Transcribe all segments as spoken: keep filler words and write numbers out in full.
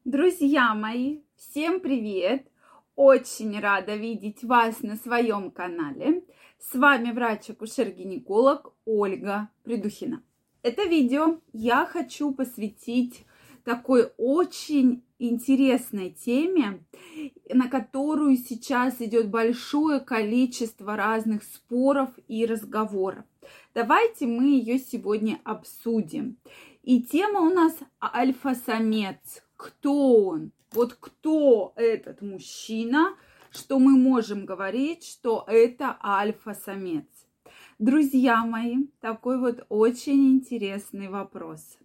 Друзья мои, всем привет! Очень рада видеть вас на своем канале. С вами врач-акушер-гинеколог Ольга Придухина. Это видео я хочу посвятить такой очень интересной теме, на которую сейчас идет большое количество разных споров и разговоров. Давайте мы ее сегодня обсудим. И тема у нас альфа-самец. Кто он? Вот кто этот мужчина, что мы можем говорить, что это альфа-самец? Друзья мои, такой вот очень интересный вопрос.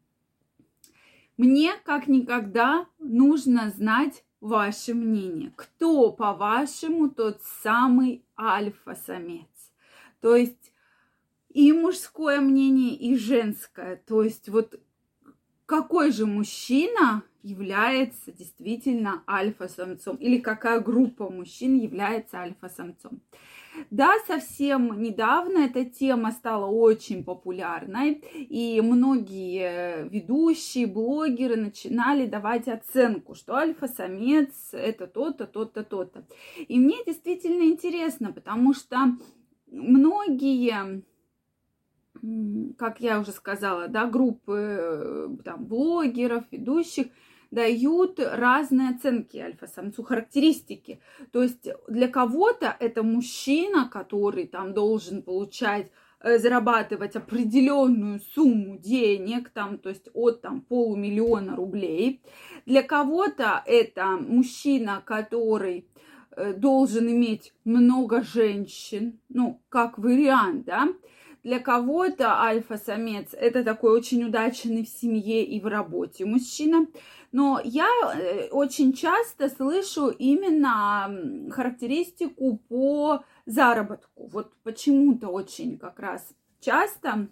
Мне как никогда нужно знать ваше мнение. Кто, по-вашему, тот самый альфа-самец? То есть и мужское мнение, и женское. То есть вот какой же мужчина является действительно альфа-самцом? Или какая группа мужчин является альфа-самцом? Да, совсем недавно эта тема стала очень популярной, и многие ведущие, блогеры начинали давать оценку, что альфа-самец это то-то, то-то, то-то. И мне действительно интересно, потому что многие, как я уже сказала, да, группы там, блогеров, ведущих дают разные оценки альфа-самцу, характеристики. То есть для кого-то это мужчина, который там должен получать, зарабатывать определенную сумму денег, там, то есть от там, полумиллиона рублей. Для кого-то это мужчина, который должен иметь много женщин, ну, как вариант, да. Для кого-то альфа-самец – это такой очень удачный в семье и в работе мужчина. Но я очень часто слышу именно характеристику по заработку. Вот почему-то очень как раз часто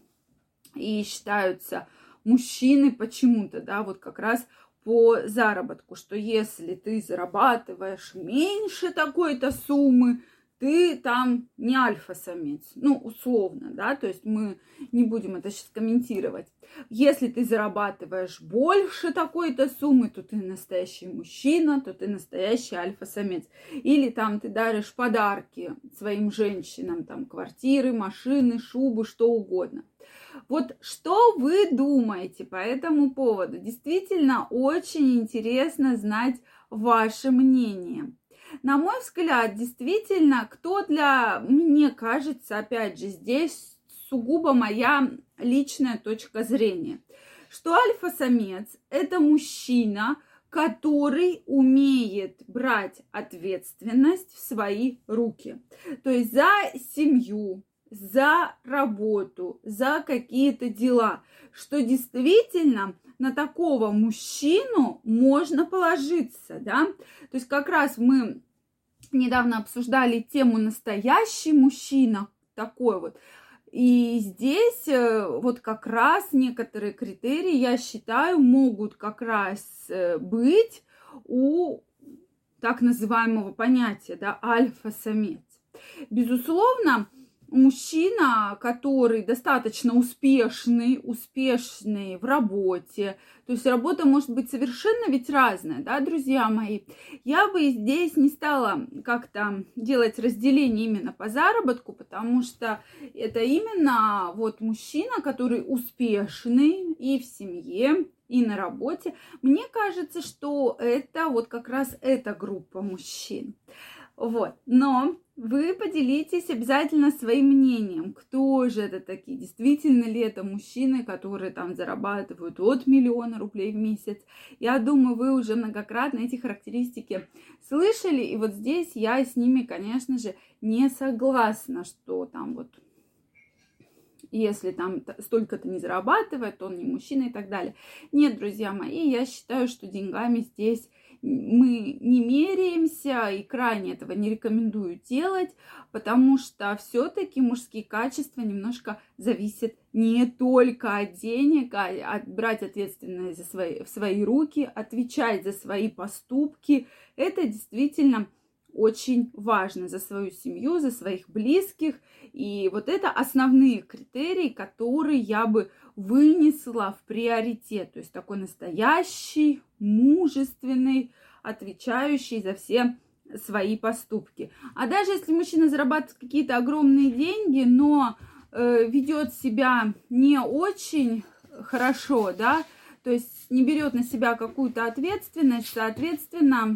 и считаются мужчины почему-то, да, вот как раз по заработку, что если ты зарабатываешь меньше такой-то суммы, ты там не альфа-самец, ну, условно, да, то есть мы не будем это сейчас комментировать. Если ты зарабатываешь больше такой-то суммы, то ты настоящий мужчина, то ты настоящий альфа-самец. Или там ты даришь подарки своим женщинам, там, квартиры, машины, шубы, что угодно. Вот что вы думаете по этому поводу? Действительно, очень интересно знать ваше мнение. На мой взгляд, действительно, кто для, мне кажется, опять же, здесь сугубо моя личная точка зрения, что альфа-самец – это мужчина, который умеет брать ответственность в свои руки. То есть за семью, за работу, за какие-то дела, что действительно на такого мужчину можно положиться, да. То есть как раз мы недавно обсуждали тему «настоящий мужчина», такой вот. И здесь вот как раз некоторые критерии, я считаю, могут как раз быть у так называемого понятия, да, альфа-самец. Безусловно, мужчина, который достаточно успешный, успешный в работе, то есть работа может быть совершенно ведь разная, да, друзья мои. Я бы здесь не стала как-то делать разделение именно по заработку, потому что это именно вот мужчина, который успешный и в семье, и на работе. Мне кажется, что это вот как раз эта группа мужчин. Вот, но вы поделитесь обязательно своим мнением, кто же это такие, действительно ли это мужчины, которые там зарабатывают от миллиона рублей в месяц. Я думаю, вы уже многократно эти характеристики слышали, и вот здесь я с ними, конечно же, не согласна, что там вот, если там столько-то не зарабатывает, то он не мужчина и так далее. Нет, друзья мои, я считаю, что деньгами здесь мы не меряемся и крайне этого не рекомендую делать, потому что все-таки мужские качества немножко зависят не только от денег, а от брать ответственность за свои, в свои руки, отвечать за свои поступки. Это действительно очень важно за свою семью, за своих близких. И вот это основные критерии, которые я бы вынесла в приоритет. То есть такой настоящий, мужественный, отвечающий за все свои поступки. А даже если мужчина зарабатывает какие-то огромные деньги, но э, ведет себя не очень хорошо, да, то есть не берет на себя какую-то ответственность, соответственно,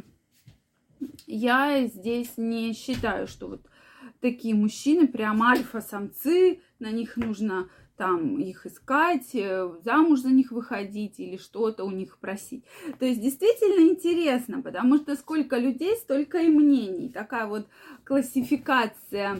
я здесь не считаю, что вот такие мужчины прям альфа-самцы, на них нужно там их искать, замуж за них выходить или что-то у них просить. То есть действительно интересно, потому что сколько людей, столько и мнений. Такая вот классификация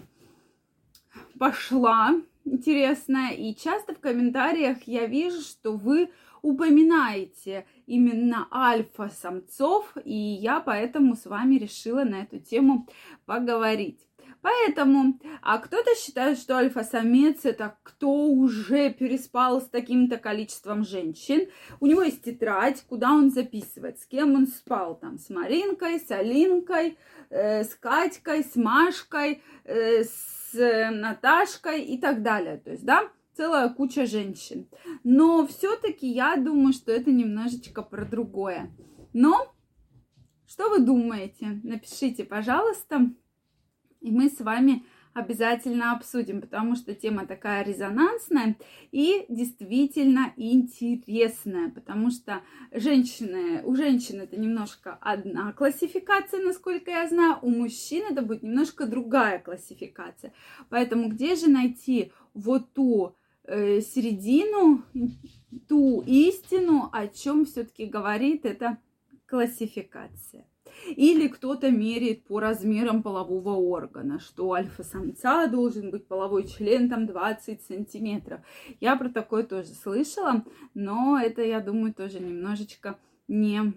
пошла интересная. И часто в комментариях я вижу, что вы упоминаете именно альфа-самцов, и я поэтому с вами решила на эту тему поговорить. Поэтому, а кто-то считает, что альфа-самец это кто уже переспал с таким-то количеством женщин. У него есть тетрадь, куда он записывает, с кем он спал. Там с Маринкой, с Алинкой, э, с Катькой, с Машкой, э, с Наташкой и так далее. То есть, да, целая куча женщин. Но все-таки я думаю, что это немножечко про другое. Но что вы думаете? Напишите, пожалуйста. И мы с вами обязательно обсудим, потому что тема такая резонансная и действительно интересная, потому что женщины, у женщин это немножко одна классификация, насколько я знаю, у мужчин это будет немножко другая классификация. Поэтому где же найти вот ту э, середину, ту истину, о чем все-таки говорит эта классификация? Или кто-то меряет по размерам полового органа, что у альфа-самца должен быть половой член там двадцать сантиметров. Я про такое тоже слышала, но это, я думаю, тоже немножечко не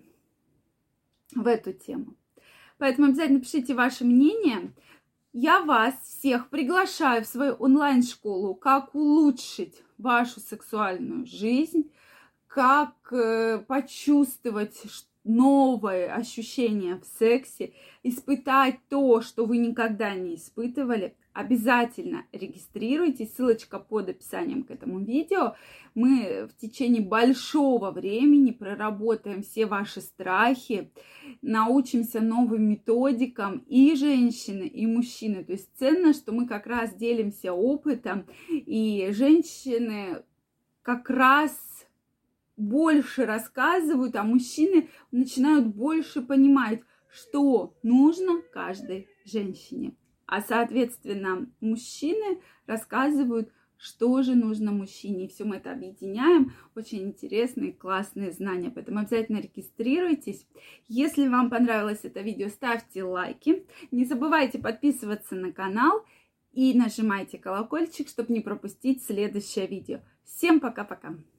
в эту тему. Поэтому обязательно пишите ваше мнение. Я вас всех приглашаю в свою онлайн-школу «Как улучшить вашу сексуальную жизнь», как э, почувствовать, что новое ощущение в сексе, испытать то, что вы никогда не испытывали, обязательно регистрируйтесь. Ссылочка под описанием к этому видео. Мы в течение большого времени проработаем все ваши страхи, научимся новым методикам и женщины, и мужчины. То есть ценно, что мы как раз делимся опытом, и женщины как раз больше рассказывают, а мужчины начинают больше понимать, что нужно каждой женщине. А, соответственно, мужчины рассказывают, что же нужно мужчине. И все мы это объединяем. Очень интересные, классные знания. Поэтому обязательно регистрируйтесь. Если вам понравилось это видео, ставьте лайки. Не забывайте подписываться на канал и нажимайте колокольчик, чтобы не пропустить следующее видео. Всем пока-пока!